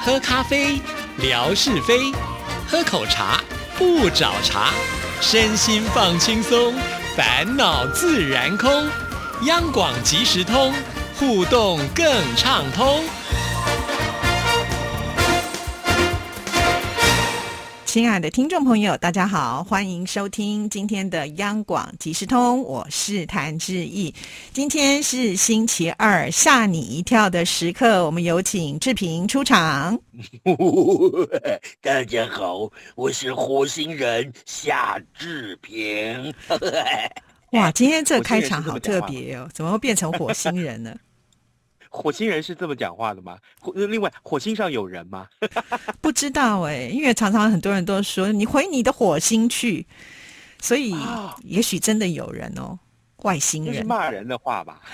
喝咖啡，聊是非；喝口茶，不找茬。身心放轻松，烦恼自然空。央广即时通，互动更畅通。 亲爱的听众朋友，大家好，欢迎收听今天的央广即时通，我是谭志毅。今天是星期二，吓你一跳的时刻，我们有请志平出场。 大家好，我是火星人夏志平。 哇，今天这开场好特别哦，怎么会变成火星人呢？ 火星人是这么讲话的吗？另外，火星上有人吗？ 不知道哎，因为常常很多人都说你回你的火星去，所以也许真的有人哦，外星人。 这是骂人的话吧？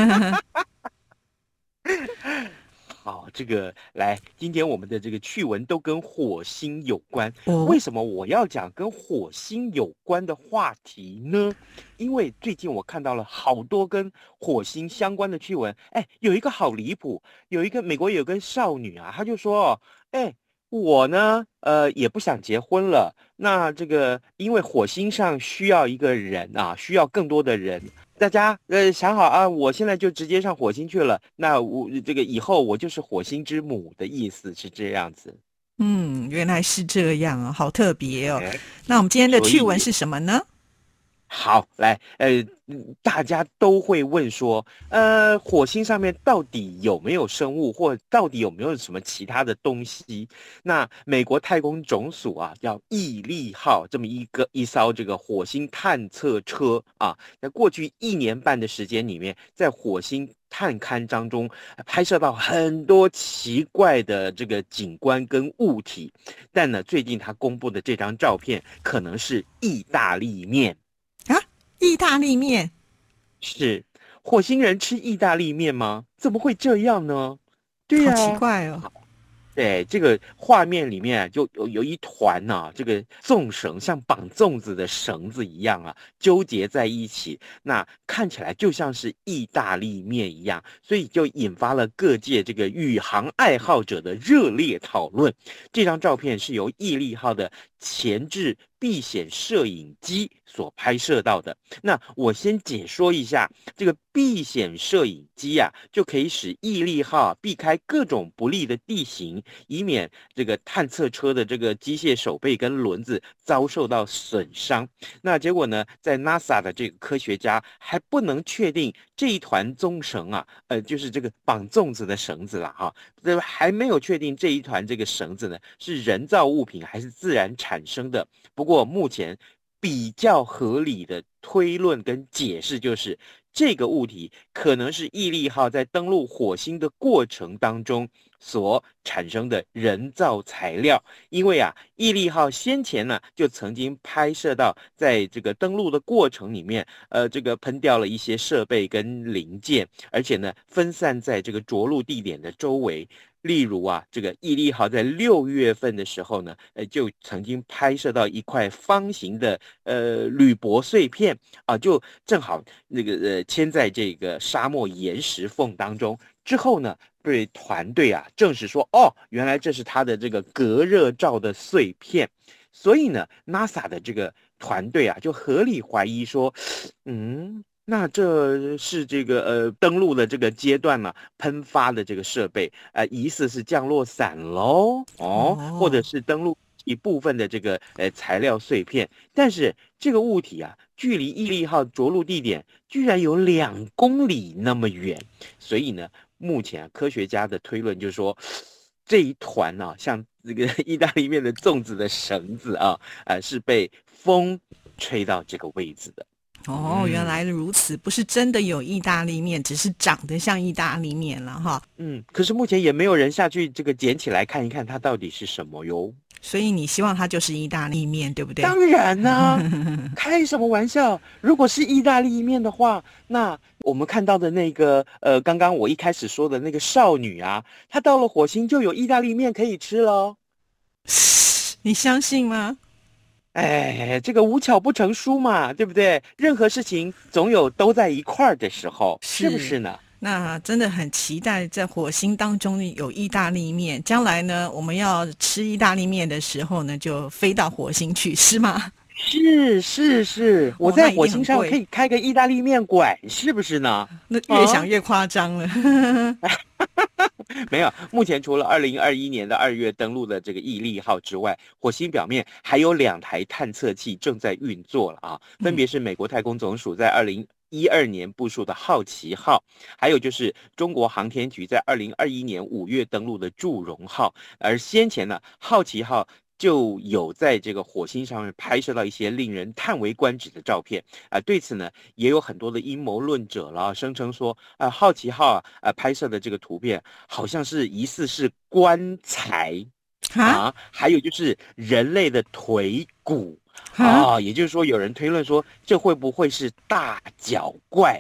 好，这个来，今天我们的这个趣闻都跟火星有关。为什么我要讲跟火星有关的话题呢？因为最近我看到了好多跟火星相关的趣闻。有一个好离谱，美国有个少女啊，她就说，我呢，也不想结婚了。那这个因为火星上需要一个人啊，需要更多的人。大家想好啊，我现在就直接上火星去了。那我这个以后我就是火星之母的意思是这样子。 原来是这样啊，好特别哦。那我们今天的趣闻是什么呢？ 好，来，大家都会问说，火星上面到底有没有生物，或到底有没有什么其他的东西？那美国太空总署啊，叫毅力号这么一艘这个火星探测车啊，在过去1年半的时间里面，在火星探勘当中拍摄到很多奇怪的这个景观跟物体，但呢，最近他公布的这张照片可能是意大利面。 意大利面是火星人吃意大利面吗？怎么会这样呢？对呀， 好奇怪哦。 对，这个画面里面就有一团这个纵绳像绑粽子的绳子一样啊，纠结在一起，那看起来就像是意大利面一样，所以就引发了各界这个宇航爱好者的热烈讨论。这张照片是由毅力号的前置避险摄影机所拍摄到的。那我先解说一下，这个避险摄影机啊，就可以使毅力号避开各种不利的地形，以免这个探测车的这个机械手臂跟轮子遭受到损伤。那结果呢，在 NASA 的这个科学家还不能确定这一团棕绳啊，就是这个绑粽子的绳子啦，还没有确定这一团这个绳子呢是人造物品还是自然产生的。不过目前比较合理的推论跟解释就是，这个物体可能是毅力号在登陆火星的过程当中所产生的人造材料。因为毅力号先前呢就曾经拍摄到在这个登陆的过程里面，这个喷掉了一些设备跟零件，而且呢分散在这个着陆地点的周围。例如这个毅力号在6月份的时候呢，就曾经拍摄到一块方形的铝箔碎片就正好那个嵌在这个沙漠岩石缝当中。之后呢，被团队证实说，原来这是它的这个隔热罩的碎片。所以呢 ，NASA 的这个团队就合理怀疑说，那这是这个登陆的这个阶段呢，喷发的这个设备疑似是降落伞咯，或者是登陆一部分的这个材料碎片。但是这个物体距离毅力号着陆地点居然有2公里那么远，所以呢，目前科学家的推论就是说，这一团像这个意大利面的粽子的绳子是被风吹到这个位置的。 原来如此，不是真的有意大利面，只是长得像意大利面了哈。 可是目前也没有人下去这个捡起来看一看它到底是什么哟。 所以你希望它就是意大利面，对不对？ 当然啦，开什么玩笑？如果是意大利面的话，那我们看到的那个刚刚我一开始说的那个少女她到了火星就有意大利面可以吃咯。 你相信吗？ 这个无巧不成书嘛，对不对？任何事情总有都在一块儿的时候，是不是呢？ 那真的很期待在火星当中有意大利面，将来呢我们要吃意大利面的时候呢就飞到火星去，是吗？ 是，我在火星上可以开个意大利面馆，是不是呢？ 那越想越夸张了。 没有，目前除了2021年的2月登陆的这个毅力号之外，火星表面还有2台探测器正在运作了啊，分别是美国太空总署在2012年部署的好奇号，还有就是中国航天局在2021年5月登陆的祝融号。而先前呢，好奇号就有在这个火星上面拍摄到一些令人叹为观止的照片对此呢，也有很多的阴谋论者了，声称说好奇号拍摄的这个图片好像是疑似是棺材还有就是人类的腿骨也就是说有人推论说这会不会是大脚怪？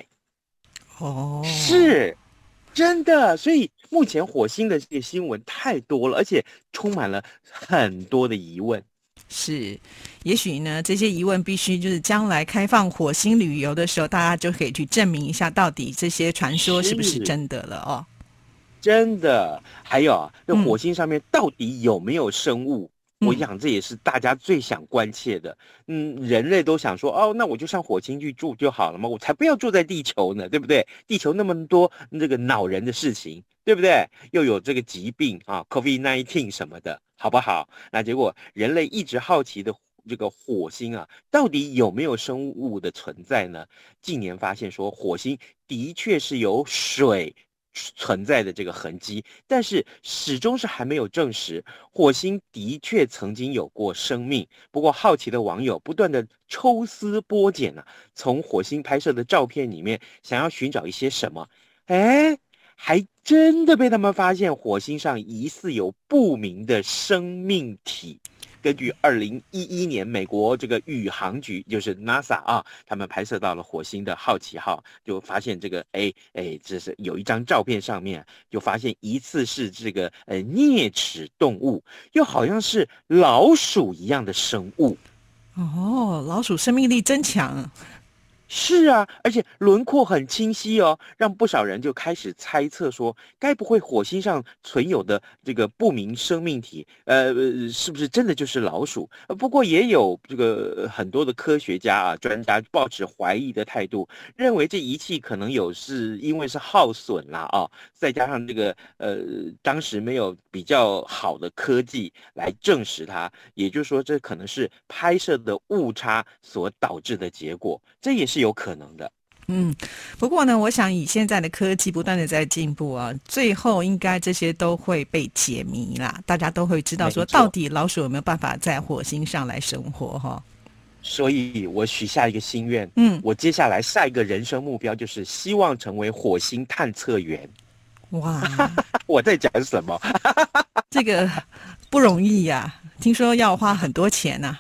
是真的，所以目前火星的这些新闻太多了，而且充满了很多的疑问。 是，也许呢，这些疑问必须就是将来开放火星旅游的时候，大家就可以去证明一下，到底这些传说是不是真的了哦。 真的，还有这火星上面到底有没有生物？我想这也是大家最想关切的。人类都想说，那我就上火星去住就好了嘛，我才不要住在地球呢，对不对？地球那么多这个恼人的事情，对不对？又有这个疾病COVID-19 什么的，好不好？那结果人类一直好奇的这个火星到底有没有生物的存在呢？近年发现说，火星的确是有水存在的这个痕迹，但是始终是还没有证实火星的确曾经有过生命。不过好奇的网友不断的抽丝剥茧从火星拍摄的照片里面想要寻找一些什么，还真的被他们发现火星上疑似有不明的生命体。根据2011年美国这个宇航局就是 NASA 他们拍摄到了火星的好奇号，就发现这个这是有一张照片上面就发现疑似是这个啮齿动物，又好像是老鼠一样的生物。 老鼠生命力真强。 是啊，而且轮廓很清晰让不少人就开始猜测说，该不会火星上存有的这个不明生命体，是不是真的就是老鼠？不过也有这个很多的科学家专家抱持怀疑的态度，认为这仪器可能是因为是耗损啦再加上这个当时没有比较好的科技来证实它，也就是说这可能是拍摄的误差所导致的结果，这也是有可能的。 不过呢，我想以现在的科技不断的在进步最后应该这些都会被解谜啦，大家都会知道说到底老鼠有没有办法在火星上来生活所以我许下一个心愿，我接下来下一个人生目标就是希望成为火星探测员。 哇， 我在讲什么？ 这个不容易呀，听说要花很多钱啊。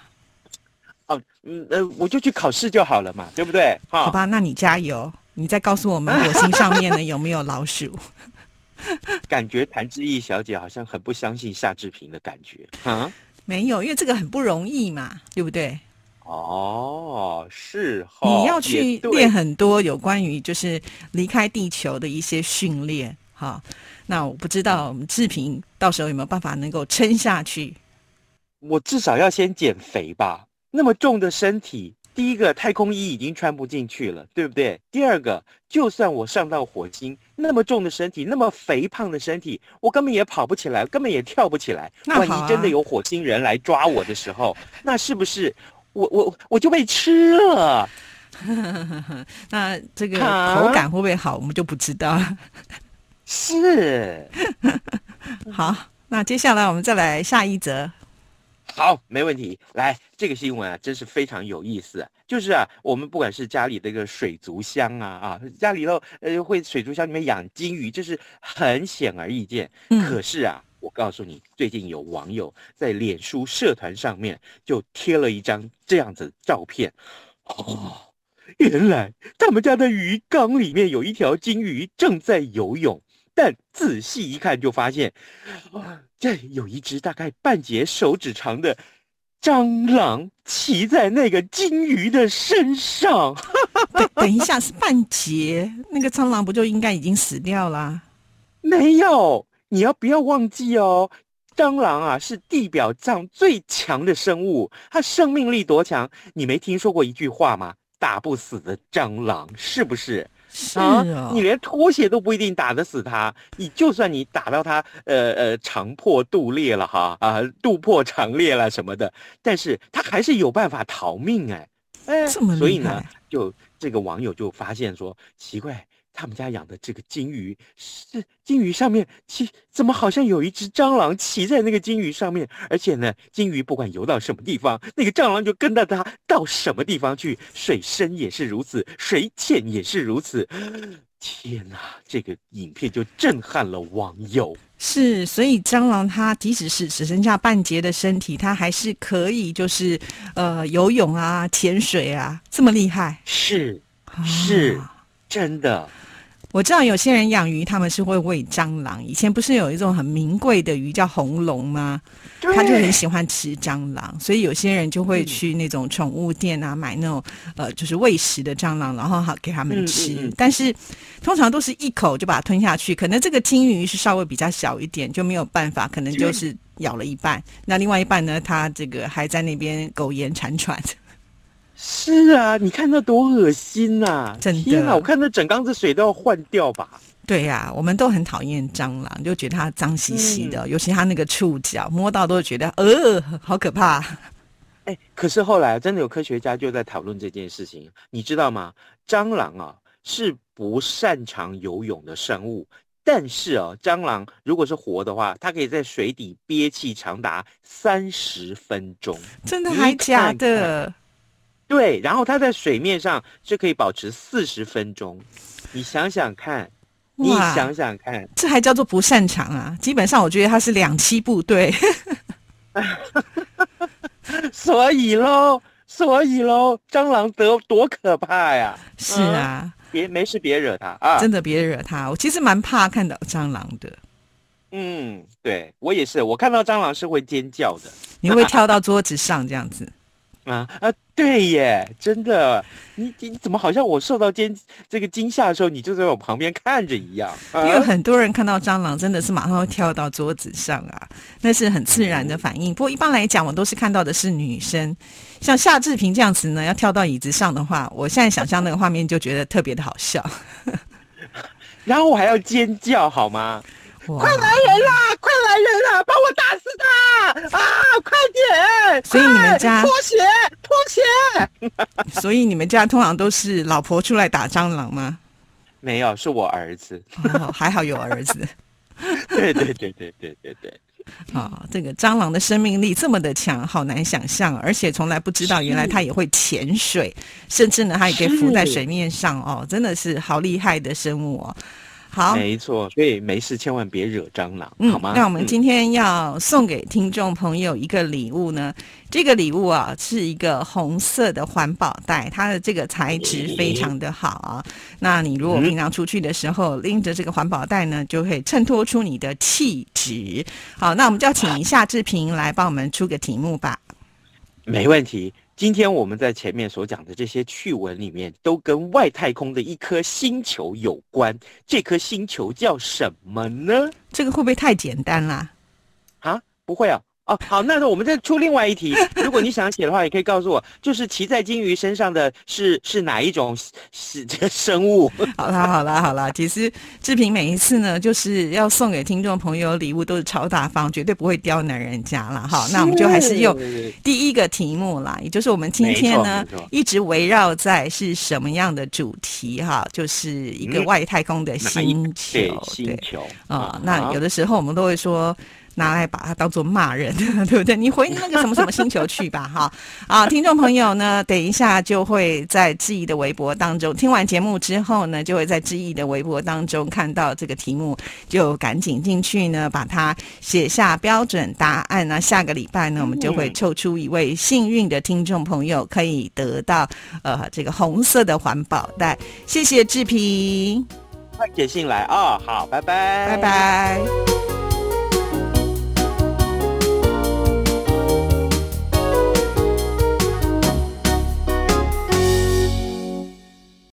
我就去考试就好了嘛，对不对？ 好吧，那你加油，你再告诉我们火星上面呢有没有老鼠？ 感觉谭志毅小姐好像很不相信夏志平的感觉没有，因为这个很不容易嘛，对不对？ 是你要去练很多有关于就是离开地球的一些训练那我不知道我们志平到时候有没有办法能够撑下去。 我至少要先减肥吧，那么重的身体，第一个太空衣已经穿不进去了，对不对？第二个，就算我上到火星，那么重的身体，那么肥胖的身体，我根本也跑不起来，根本也跳不起来。万一真的有火星人来抓我的时候，那是不是我就被吃了？ 那这个口感会不会好，我们就不知道。 是。 好，那接下来我们再来下一则。 好，没问题。来，这个新闻真是非常有意思就是我们不管是家里的一个水族箱家里头会水族箱里面养金鱼，这是很显而易见。可是我告诉你，最近有网友在脸书社团上面就贴了一张这样子的照片。原来他们家的鱼缸里面有一条金鱼正在游泳，但仔细一看就发现这有一只大概半截手指长的蟑螂骑在那个金鱼的身上。 等一下，是半截，那个蟑螂不就应该已经死掉啦？ 没有，你不要忘记哦，蟑螂啊是地表上最强的生物，它生命力多强？你没听说过一句话吗？打不死的蟑螂，是不是？ 是哦， 你连拖鞋都不一定打得死它，就算你打到它肠破肚裂了哈肚破肠裂了什么的，但是它还是有办法逃命这么厉害。 所以呢，就这个网友就发现说，奇怪，他们家养的这个金鱼，是金鱼上面怎么好像有一只蟑螂骑在那个金鱼上面？而且呢，金鱼不管游到什么地方，那个蟑螂就跟着它到什么地方去，水深也是如此，水浅也是如此。天哪，这个影片就震撼了网友。 是，所以蟑螂它即使是只剩下半截的身体，它还是可以就是游泳啊、潜水啊，这么厉害。 是，真的。 我知道有些人养鱼，他们是会喂蟑螂。以前不是有一种很名贵的鱼叫红龙吗？他就很喜欢吃蟑螂，所以有些人就会去那种宠物店啊，买那种就是喂食的蟑螂，然后好给他们吃。但是通常都是一口就把它吞下去，可能这个金鱼是稍微比较小一点，就没有办法，可能就是咬了一半，那另外一半呢，它这个还在那边苟延残喘。 是啊，你看那多恶心啊！ 真的， 天啊，我看那整缸子水都要换掉吧。 对呀，我们都很讨厌蟑螂，就觉得它脏兮兮的，尤其它那个触角，摸到都觉得好可怕。 可是后来真的有科学家就在讨论这件事情，你知道吗？蟑螂啊是不擅长游泳的生物，但是蟑螂如果是活的话，它可以在水底憋气长达30分钟。 真的还假的？ 对，然后它在水面上是可以保持40分钟。你想想看，这还叫做不擅长啊？基本上我觉得它是2栖部队。 所以喽，蟑螂多可怕呀！ 是啊， 没事别惹它啊！ 真的别惹它。我其实蛮怕看到蟑螂的。 对，我也是，我看到蟑螂是会尖叫的。 你会跳到桌子上这样子？ 对耶，真的，你怎么好像我受到这个惊吓的时候，你就在我旁边看着一样？ 因为很多人看到蟑螂真的是马上会跳到桌子上啊，那是很自然的反应。不过一般来讲，我都是看到的是女生，像夏志平这样子呢，要跳到椅子上的话，我现在想象那个画面就觉得特别的好笑。 然后我还要尖叫，好吗？快来人啦！帮我打死他！快点！ 所以你们家脱鞋！ 所以你们家通常都是老婆出来打蟑螂吗？ 没有，是我儿子。 还好有儿子。 对。 这个蟑螂的生命力这么的强，好难想象，而且从来不知道原来它也会潜水，甚至呢它也可以浮在水面上真的是好厉害的生物哦。好， 没错，所以没事千万别惹蟑螂，好吗？ 那我们今天要送给听众朋友一个礼物呢，这个礼物是一个红色的环保袋，它的这个材质非常的好啊。那你如果平常出去的时候拎着这个环保袋呢，就会衬托出你的气质。好，那我们就要请夏志平来帮我们出个题目吧。 没问题。今天我们在前面所讲的这些趣闻里面，都跟外太空的一颗星球有关。这颗星球叫什么呢？ 这个会不会太简单啦？ 不会啊。好，那我们再出另外一题。如果你想写的话，也可以告诉我，就是骑在金鱼身上的是哪一种生物？ 好啦，其实志平每一次呢，就是要送给听众朋友礼物都是超大方，绝对不会刁难人家啦。好，那我们就还是用第一个题目啦，也就是我们今天呢一直围绕在是什么样的主题哈，就是一个外太空的星球。 星球那有的时候我们都会说，拿来把它当作骂人，对不对？你回那个什么什么星球去吧，哈！听众朋友呢，等一下就会在志毅的微博当中，听完节目之后呢，就会在志毅的微博当中看到这个题目，就赶紧进去呢，把它写下标准答案呢。下个礼拜呢，我们就会抽出一位幸运的听众朋友，可以得到这个红色的环保袋。谢谢志平， 快写信来好，拜拜， 拜拜。